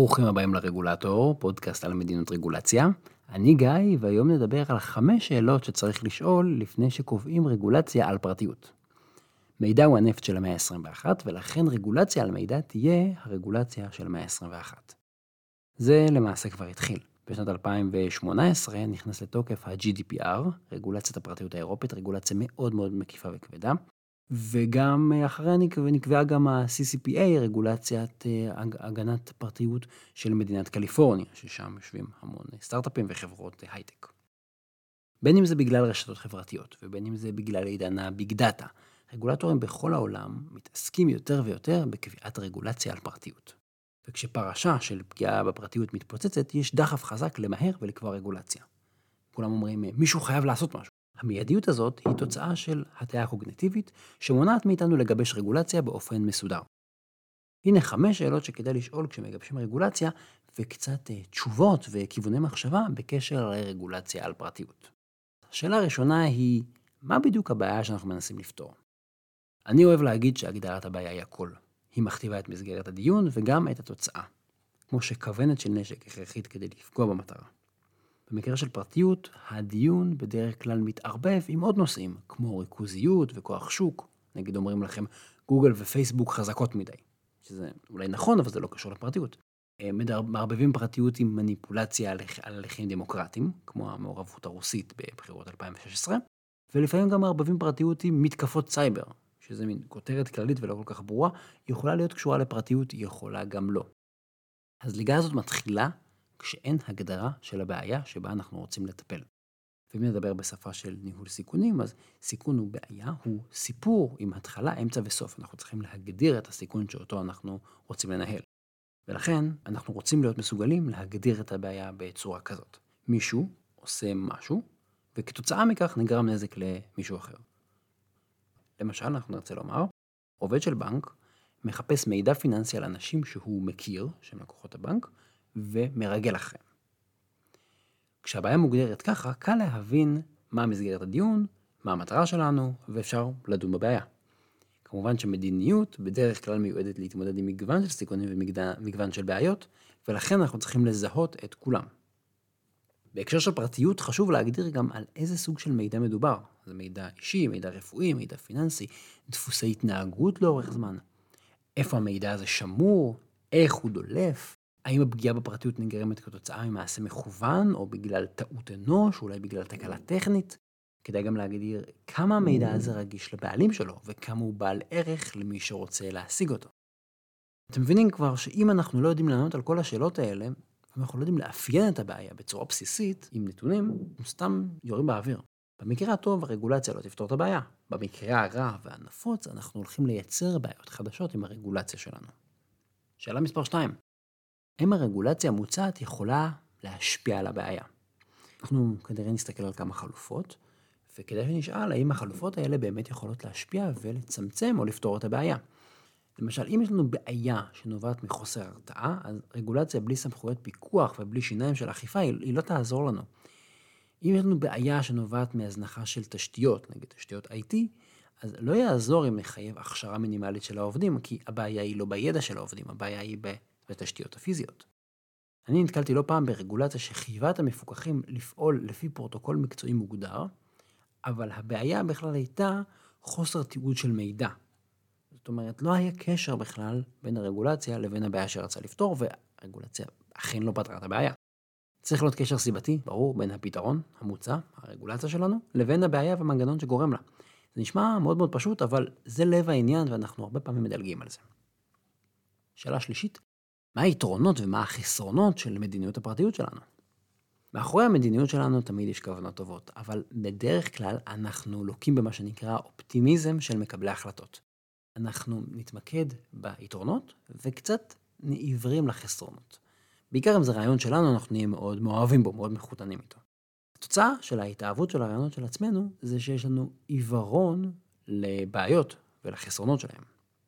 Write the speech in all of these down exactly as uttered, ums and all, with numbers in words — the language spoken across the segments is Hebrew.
ברוכים הבאים לרגולטור, פודקאסט על מדיניות רגולציה. אני גיא, והיום נדבר על חמש שאלות שצריך לשאול לפני שקובעים רגולציה על פרטיות. מידע הוא הנפט של המאה ה-עשרים ואחת, ולכן רגולציה על מידע תהיה הרגולציה של המאה ה-עשרים ואחת. זה למעשה כבר התחיל. בשנת אלפיים ושמונה עשרה נכנס לתוקף ה-ג'י די פי אר, רגולציית הפרטיות האירופית, רגולציה מאוד מאוד מקיפה וכבדה. וגם אחריה נקבעה גם ה-סי סי פי איי, רגולציית הגנת פרטיות של מדינת קליפורניה, ששם יושבים המון סטארט-אפים וחברות הייטק. בין אם זה בגלל רשתות חברתיות, ובין אם זה בגלל עידן הביג דאטה, רגולטורים בכל העולם מתעסקים יותר ויותר בקביעת רגולציה על פרטיות. וכשפרשה של פגיעה בפרטיות מתפוצצת, יש דחף חזק למהר ולקבוע רגולציה. כולם אומרים, מישהו חייב לעשות משהו. המיידיות הזאת היא תוצאה של הטיה קוגניטיבית שמונעת מאיתנו לגבש רגולציה באופן מסודר. הנה חמש שאלות שכדאי לשאול כשמגבשים רגולציה, וקצת תשובות וכיווני מחשבה בקשר לרגולציה על פרטיות. השאלה הראשונה היא, מה בדיוק הבעיה שאנחנו מנסים לפתור? אני אוהב להגיד שהגדרת הבעיה היא הכל. היא מכתיבה את מסגרת הדיון וגם את התוצאה. כמו שכוונת של נשק הכרחית כדי לפגוע במטרה. במקרה של פרטיות, הדיון בדרך כלל מתערבב עם עוד נושאים, כמו ריכוזיות וכוח שוק. נגיד אומרים לכם, גוגל ופייסבוק חזקות מדי. שזה אולי נכון, אבל זה לא קשור לפרטיות. מערבבים פרטיות עם מניפולציה על הליכים דמוקרטיים, כמו המעורבות הרוסית בבחירות אלפיים ושש עשרה, ולפעמים גם מערבבים פרטיות עם מתקפות סייבר, שזה מין כותרת כללית ולא כל כך ברורה, היא יכולה להיות קשורה לפרטיות, היא יכולה גם לא. הזליגה הזאת מתחילה כשאין הגדרה של הבעיה שבה אנחנו רוצים לטפל. ואם נדבר בשפה של ניהול סיכונים, אז סיכון הוא בעיה, הוא סיפור עם התחלה, אמצע וסוף. אנחנו צריכים להגדיר את הסיכון שאותו אנחנו רוצים לנהל. ולכן אנחנו רוצים להיות מסוגלים להגדיר את הבעיה בצורה כזאת. מישהו עושה משהו, וכתוצאה מכך נגרם נזק למישהו אחר. למשל, אנחנו נרצה לומר, עובד של בנק מחפש מידע פיננסי על אנשים שהוא מכיר, שהם לקוחות הבנק, ומרגל אחריהם. כשהבעיה מוגדרת ככה, קל להבין מה מסגרת הדיון, מה המטרה שלנו, ואפשר לדון בבעיה. כמובן שמדיניות בדרך כלל מיועדת להתמודד עם מגוון של סיכונים ומגוון של בעיות, ולכן אנחנו צריכים לזהות את כולם. בהקשר של פרטיות חשוב להגדיר גם על איזה סוג של מידע מדובר. זה מידע אישי, מידע רפואי, מידע פיננסי, דפוסי התנהגות לאורך זמן. איפה המידע הזה שמור, איך הוא דולף, האם הפגיעה בפרטיות נגרמת כתוצאה ממעשה מכוון, או בגלל טעות אנוש, אולי בגלל תקלה טכנית. כדאי גם להגדיר כמה המידע הזה רגיש לבעלים שלו, וכמה הוא בעל ערך למי שרוצה להשיג אותו. אתם מבינים כבר שאם אנחנו לא יודעים לענות על כל השאלות האלה, אנחנו לא יודעים לאפיין את הבעיה בצורה בסיסית, עם נתונים, הם סתם יורים באוויר. במקרה הטוב, הרגולציה לא תפתור את הבעיה. במקרה הרע והנפוץ, אנחנו הולכים לייצר בעיות חדשות עם הרגולציה שלנו. שאלה מספר שתיים. האם הרגולציה המוצעת יכולה להשפיע על הבעיה? אנחנו כנראה נסתכל על כמה חלופות, וכדאי שנשאל האם החלופות האלה באמת יכולות להשפיע ולצמצם או לפתור את הבעיה. למשל, אם יש לנו בעיה שנובעת מחוסר הרתעה, אז רגולציה בלי סמכויות פיקוח ובלי שיניים של אכיפה, היא, היא לא תעזור לנו. אם יש לנו בעיה שנובעת מהזנחה של תשתיות, נגיד תשתיות איי טי, אז לא יעזור אם נחייב הכשרה מינימלית של העובדים, כי הבעיה היא לא בידע של העובדים, הבעיה היא בתשתיות הפיזיות. אני נתקלתי לא פעם ברגולציה שחייבה את המפוקחים לפעול לפי פרוטוקול מקצועי מוגדר, אבל הבעיה בכלל הייתה חוסר תיעוד של מידע. זאת אומרת, לא היה קשר בכלל בין הרגולציה לבין הבעיה שרצה לפתור, והרגולציה אכן לא פתרה את הבעיה. צריך להיות קשר סיבתי, ברור, בין הפתרון, המוצע, הרגולציה שלנו, לבין הבעיה והמנגנון שגורם לה. זה נשמע מאוד מאוד פשוט, אבל זה לב העניין, ואנחנו הרבה פעמים מדלגים על זה. שאלה שלישית, מה היתרונות ומה החסרונות של מדיניות הפרטיות שלנו? מאחורי המדיניות שלנו תמיד יש כוונות טובות, אבל בדרך כלל אנחנו לוקים במה שנקרא אופטימיזם של מקבלי החלטות. אנחנו נתמקד ביתרונות וקצת נעיברים לחסרונות. בעיקר אם זה רעיון שלנו, אנחנו נהיה מאוד מאוהבים בו, מאוד מחותנים איתו. התוצאה של ההתאהבות של הרעיונות של עצמנו, זה שיש לנו עיוורון לבעיות ולחסרונות שלהם.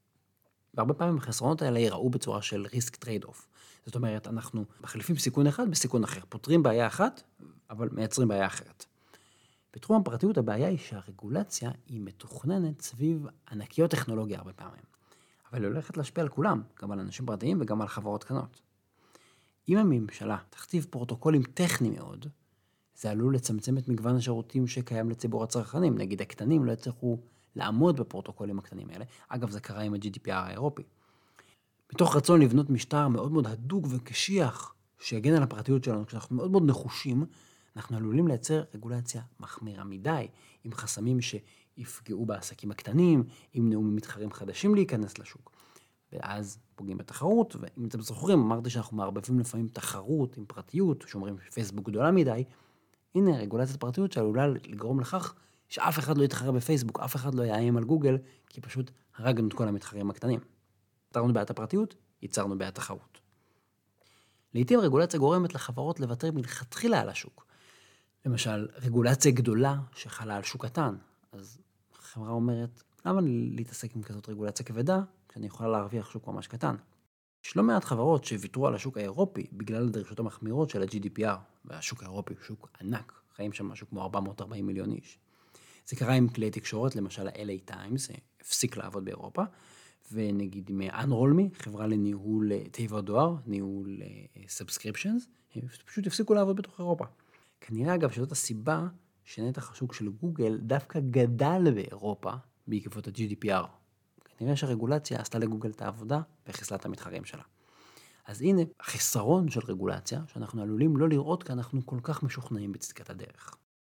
והרבה פעמים החסרונות האלה ייראו בצורה של ריסק טרייד אוף. זאת אומרת, אנחנו מחליפים סיכון אחד בסיכון אחר. פותרים בעיה אחת, אבל מייצרים בעיה אחרת. בתחום הפרטיות הבעיה היא שהרגולציה היא מתוכננת סביב ענקיות טכנולוגיה הרבה פעמים. אבל היא הולכת להשפיע על כולם, גם על אנשים פרטיים וגם על חברות קטנות. אם הממשלה תכתיב פרוטוקולים טכניים מאוד, זה עלול לצמצם את מגוון השירותים שקיים לציבור הצרכנים. נגיד הקטנים לא יצטרכו לעמוד בפרוטוקולים הקטנים האלה. אגב, זה קרה עם ה-ג'י די פי אר האירופי. מתוך רצון לבנות משטר מאוד מאוד הדוק וקשיח, שיגן על הפרטיות שלנו, כשאנחנו מאוד מאוד נחושים, אנחנו עלולים לייצר רגולציה מחמירה מדי, עם חסמים שיפגעו בעסקים הקטנים, ימנעו ממתחרים חדשים להיכנס לשוק. ואז פוגעים בתחרות, ואם אתם זוכרים, אמרתי שאנחנו מערבבים לפעמים תחרות עם פרטיות, שאומרים שפייסבוק גדולה מדי, הנה רגולציית פרטיות שעלולה לגרום לכך שאף אחד לא יתחרה בפייסבוק, אף אחד לא יאיים על גוגל, כי פשוט הרגנו את כל המתחרים הקטנים. יצרנו בעיית הפרטיות, יצרנו בעיית תחרות. לעתים רגולציה גורמת לחברות לוותר מלכתחילה על השוק. למשל, רגולציה גדולה שחלה על שוק קטן. אז החברה אומרת, למה להתעסק עם כזאת רגולציה כבדה, כשאני יכולה להרוויח שוק ממש קטן? יש לא מעט חברות שוויתרו על השוק האירופי בגלל הדרישות המחמירות של ה-ג'י די פי אר, והשוק האירופי הוא שוק ענק, חיים שם משהו כמו ארבע מאות וארבעים מיליון איש. זה קרה עם כלי תקשורת, למשל ה-אל איי Times, הפסיק לעבוד באירופה, ונגיד עם אנרולמי, חברה לניהול תיבות דואר, ניהול סאבסקריפשנס, הם פשוט הפסיקו לעבוד בתוך אירופה. כנראה אגב שזאת הסיבה שנתח השוק של גוגל דווקא גדל באירופה בעקבות ה-ג'י די פי אר. כנראה שהרגולציה עשתה לגוגל את העבודה וחיסלה את המתחרים שלה. אז הנה החיסרון של רגולציה שאנחנו עלולים לא לראות כי אנחנו כל כך משוכנעים בצדקת הדרך.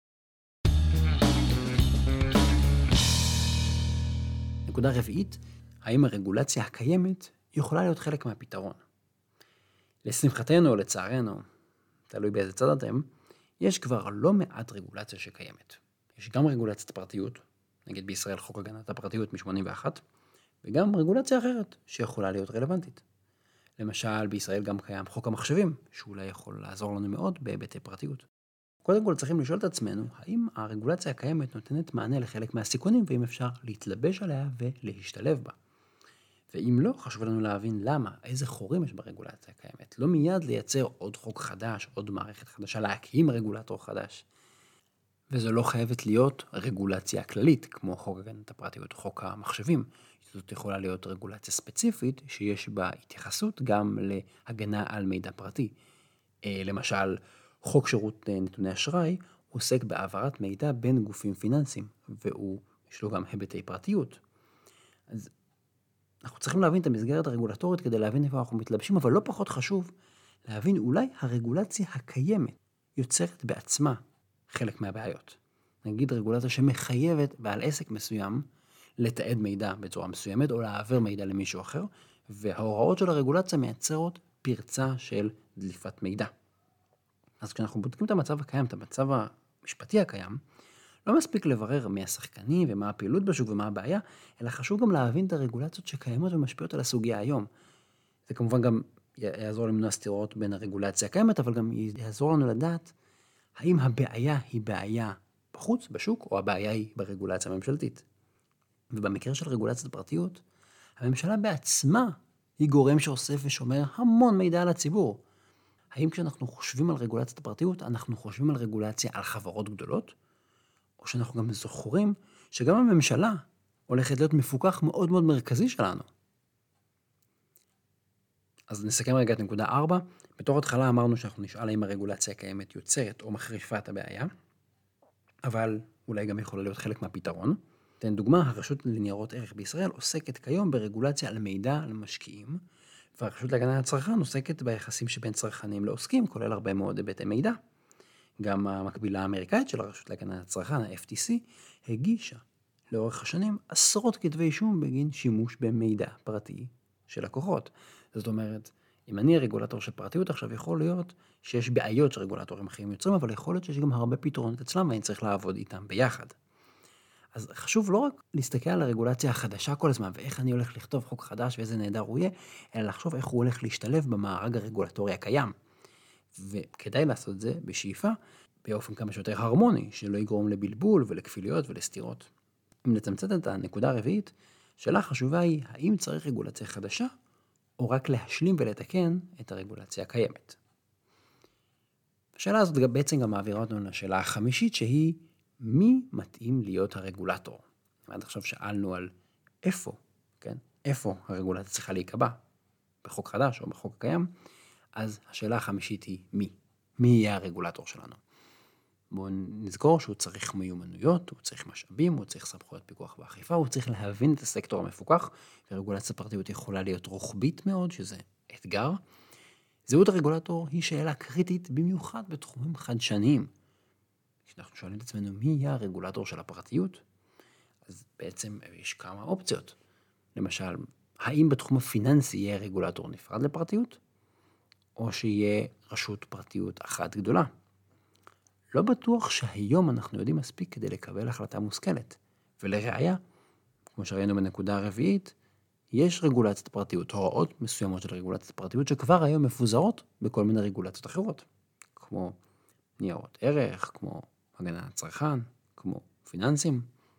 נקודה רביעית, האם הרגולציה הקיימת יכולה להיות חלק מהפתרון? לשמחתנו או לצערנו, תלוי באיזה צד אתם, יש כבר לא מעט רגולציה שקיימת. יש גם רגולציית פרטיות, נגיד בישראל חוק הגנת הפרטיות מ-שמונים ואחת, וגם רגולציה אחרת שיכולה להיות רלוונטית. למשל, בישראל גם קיים חוק המחשבים, שאולי יכול לעזור לנו מאוד בהיבטי פרטיות. קודם כל צריכים לשאול את עצמנו, האם הרגולציה הקיימת נותנת מענה לחלק מהסיכונים, ואם אפשר להתלבש עליה ולהשתלב בה. ואם לא, חשוב לנו להבין למה, איזה חורים יש ברגולציה הקיימת. לא מיד לייצר עוד חוק חדש, עוד מערכת חדשה, להקים רגולטור חדש. וזו לא חייבת להיות רגולציה כללית, כמו חוק הגנת הפרטיות, חוק המחשבים. זאת יכולה להיות רגולציה ספציפית, שיש בה התייחסות גם להגנה על מידע פרטי. למשל, חוק שירות נתוני אשראי עוסק בהעברת מידע בין גופים פיננסיים, והוא יש לו גם היבטי פרטיות. אז אנחנו צריכים להבין את המסגרת הרגולטורית כדי להבין איפה אנחנו מתלבשים, אבל לא פחות חשוב להבין אולי הרגולציה הקיימת יוצרת בעצמה חלק מהבעיות. נגיד רגולציה שמחייבת בעל עסק מסוים לתעד מידע בצורה מסוימת או להעביר מידע למישהו אחר, וההוראות של הרגולציה מייצרות פרצה של דליפת מידע. אז כשאנחנו בודקים את המצב הקיים, את המצב המשפטי הקיים, לא מספיק לברר מי השחקנים ומה הפעילות בשוק ומה הבעיה, אלא חשוב גם להבין את הרגולציות שקיימות ומשפיעות על הסוגיה היום. זה כמובן גם יעזור למנוע סתירות בין הרגולציה הקיימת, אבל גם יעזור לנו לדעת האם הבעיה היא בעיה בחוץ, בשוק, או הבעיה היא ברגולציה הממשלתית. ובמקרה של רגולציית פרטיות, הממשלה בעצמה היא גורם שאוסף ושומר המון מידע על הציבור. האם כשאנחנו חושבים על רגולציית הפרטיות, אנחנו חושבים על רגולציה על חברות גדולות? או שאנחנו גם זוכרים שגם הממשלה הולכת להיות מפוקח מאוד מאוד מרכזי שלנו. אז נסכם רגע את נקודה ארבע. בתור התחלה אמרנו שאנחנו נשאל האם הרגולציה הקיימת יוצרת או מחריפה את הבעיה, אבל אולי גם יכולה להיות חלק מהפתרון. תן דוגמה, הרשות לניירות ערך בישראל עוסקת כיום ברגולציה על מידע על משקיעים, והרשות להגנת הצרכן עוסקת ביחסים שבין צרכנים לעוסקים, כולל הרבה מאוד היבטי מידע. גם המקבילה האמריקאית של הרשות להגנת הצרכן, ה-אף טי סי, הגישה לאורך השנים עשרות כתבי אישום בגין שימוש במידע פרטי של לקוחות. זאת אומרת, אם אני רגולטור של פרטיות, עכשיו יכול להיות שיש בעיות שרגולטורים אחרים יוצרים, אבל יכול להיות שיש גם הרבה פתרונות אצלם, ואני צריך לעבוד איתם ביחד. אז חשוב לא רק להסתכל על הרגולציה החדשה כל הזמן, ואיך אני הולך לכתוב חוק חדש ואיזה נהדר הוא יהיה, אלא לחשוב איך הוא הולך להשתלב במארג הרגולטורי הקיים. וכדאי לעשות זה בשאיפה, באופן כמה שיותר הרמוני, שלא יגרום לבלבול ולכפיליות ולסתירות. אם נצמצת את הנקודה הרביעית, שאלה חשובה היא, האם צריך רגולציה חדשה, או רק להשלים ולתקן את הרגולציה הקיימת. השאלה הזאת בעצם גם מעבירה אותנו לשאלה החמישית, שהיא, מי מתאים להיות הרגולטור? עד עכשיו שאלנו על איפה, כן? איפה הרגולציה צריכה להיקבע? בחוק חדש או בחוק הקיים? אז השאלה החמישית היא מי? מי יהיה הרגולטור שלנו? בואו נזכור שהוא צריך מיומנויות, הוא צריך משאבים, הוא צריך סמכויות פיקוח ואכיפה, הוא צריך להבין את הסקטור המפוקח, ורגולציית פרטיות יכולה להיות רוחבית מאוד, שזה אתגר. זהות הרגולטור היא שאלה קריטית במיוחד בתחומים חדשניים. כשאנחנו שואלים את עצמנו מי יהיה הרגולטור של הפרטיות, אז בעצם יש כמה אופציות. למשל, האם בתחום הפיננסי יהיה רגולטור נפרד לפרטיות, או שיהיה רשות פרטיות אחת גדולה. לא בטוח שהיום אנחנו יודעים מספיק כדי לקבל החלטה מושכלת. ולראיה, כמו שראינו בנקודה הרביעית, יש רגולציית פרטיות, הוראות מסוימות של רגולציית פרטיות, שכבר היום מפוזרות בכל מיני רגולציות אחרות, כמו ניירות ערך, כמו הגנה הצרכן, כמו פיננסים.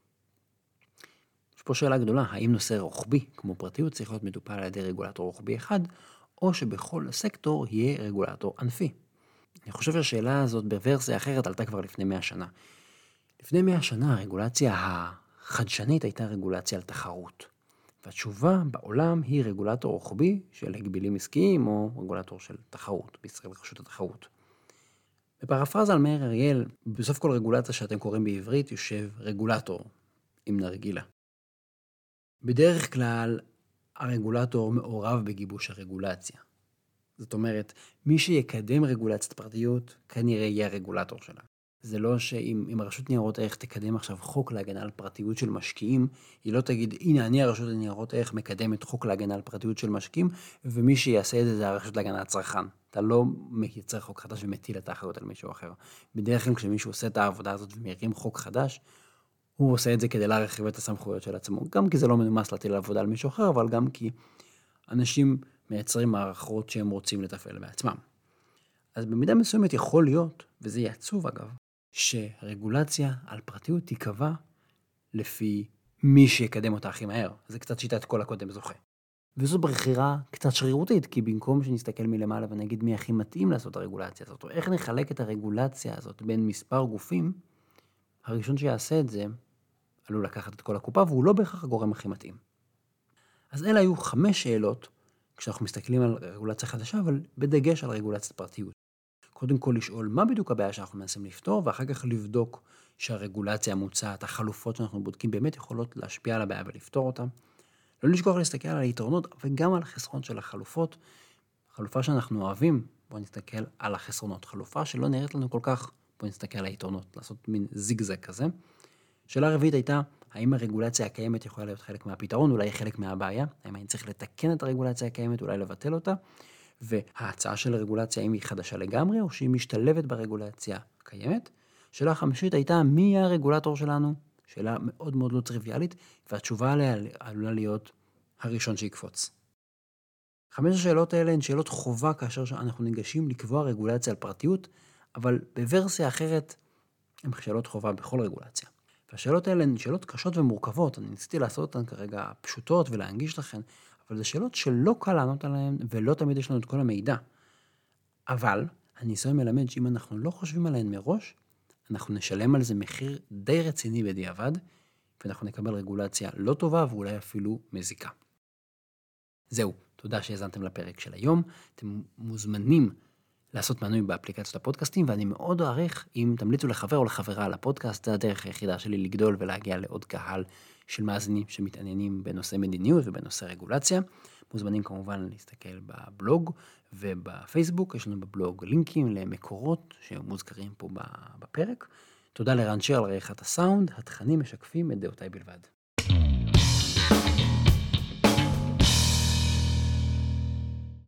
יש פה שאלה גדולה, האם נושא רוחבי, כמו פרטיות, צריך להיות מטופל על ידי רגולטור רוחבי אחד, או שבכל סקטור יהיה רגולטור ענפי. אני חושב שהשאלה הזאת בוורסיה אחרת עלתה כבר לפני מאה שנה. לפני מאה שנה הרגולציה החדשנית הייתה רגולציה על תחרות. והתשובה בעולם היא רגולטור רוחבי של הגבלים עסקיים או רגולטור של תחרות, בישראל רשות התחרות. בפרפרזה על מאיר אריאל, בסוף כל רגולציה שאתם קוראים בעברית יושב רגולטור עם נרגילה. בדרך כלל הרגולטור מעורב בגיבוש הרגולציה. זאת אומרת, מי שיקדם רגולציית פרטיות כנראה יהיה הרגולטור שלה. זה לא שאם אם הרשות ניירות ערך תקדם עכשיו חוק להגנה על פרטיות של משקיעים, היא לא תגיד, הנה אני הרשות לניירות ערך מקדמת חוק להגנה על פרטיות של משקיעים, ומי שיעשה את זה זה הרשות להגנה על הצרכן. אתה לא מייצר חוק חדש ומטיל את האחריות על מישהו אחר. בדרך כלל כשמישהו עושה את העבודה הזאת ומיירים חוק חדש, הוא עושה את זה כדי להרחיב את הסמכויות של עצמו. גם כי זה לא מנומס להטיל עבודה על מישהו אחר, אבל גם כי אנשים מייצרים מערכות שהם רוצים לתפעל בעצמם. אז במידה מסוימת יכול להיות, וזה יעצוב אגב, שרגולציה על פרטיות תיקבע לפי מי שיקדם אותה הכי מהר. זה קצת שיטת כל הקודם זוכה. וזו בחירה קצת שרירותית, כי במקום שנסתכל מלמעלה ונגיד מי הכי מתאים לעשות את הרגולציה הזאת, או איך נחלק את הרגולציה הזאת בין מספר גופים, הראשון שיעשה את זה עלול לקחת את כל הקופה, והוא לא בהכרח הגורם הכי מתאים. אז אלה היו חמש שאלות, כשאנחנו מסתכלים על רגולציה חדשה, אבל בדגש על רגולציית פרטיות. קודם כל לשאול מה בדיוק הבעיה שאנחנו מנסים לפתור, ואחר כך לבדוק שהרגולציה המוצעת, החלופות שאנחנו בודקים, באמת יכולות להשפיע על הבעיה ולפתור אותה. לא לשכוח להסתכל על היתרונות, וגם על החסרון של החלופות. חלופה שאנחנו אוהבים, בואו נסתכל על החסרונות. חלופה שלא נראית לנו כל כך, בואו נסתכל על היתרונות, לעשות מין זיגזג כזה. שאלה רביעית הייתה, האם הרגולציה הקיימת יכולה להיות חלק מהפתרון, אולי חלק מהבעיה? האם אני צריך לתקן את הרגולציה הקיימת, אולי לבטל אותה? וההצעה של הרגולציה, האם היא חדשה לגמרי, או שהיא משתלבת ברגולציה הקיימת? שאלה חמישית הייתה, מי יהיה הרגולטור שלנו? שאלה מאוד מאוד לא טריוויאלית, והתשובה עליה עלולה להיות הראשון שיקפוץ. חמש השאלות האלה הן שאלות חובה כאשר אנחנו ניגשים לקבוע רגולציה על פרטיות, אבל בוורסיה אחרת הן שאלות חובה בכל רגולציה. והשאלות האלה הן שאלות קשות ומורכבות, אני ניסיתי לעשות אותן כרגע פשוטות ולהנגיש לכן, אבל זה שאלות שלא קל לענות עליהן ולא תמיד יש לנו את כל המידע. אבל הניסיון מלמד שאם אנחנו לא חושבים עליהן מראש, אנחנו נשלם על זה מחיר די רציני בדיעבד, ואנחנו נקבל רגולציה לא טובה ואולי אפילו מזיקה. זהו, תודה שהזנתם לפרק של היום. אתם מוזמנים לעשות מנוי באפליקציות הפודקאסטים, ואני מאוד אעריך אם תמליצו לחבר או לחברה על הפודקאסט. זה הדרך היחידה שלי לגדול ולהגיע לעוד קהל של מאזינים שמתעניינים בנושא מדיניות ובנושא רגולציה. מוזמנים כמובן להסתכל בבלוג ובפייסבוק, יש לנו בבלוג לינקים למקורות שמוזכרים פה בפרק. תודה לרן שר על עריכת הסאונד, התכנים משקפים את דעותיי בלבד.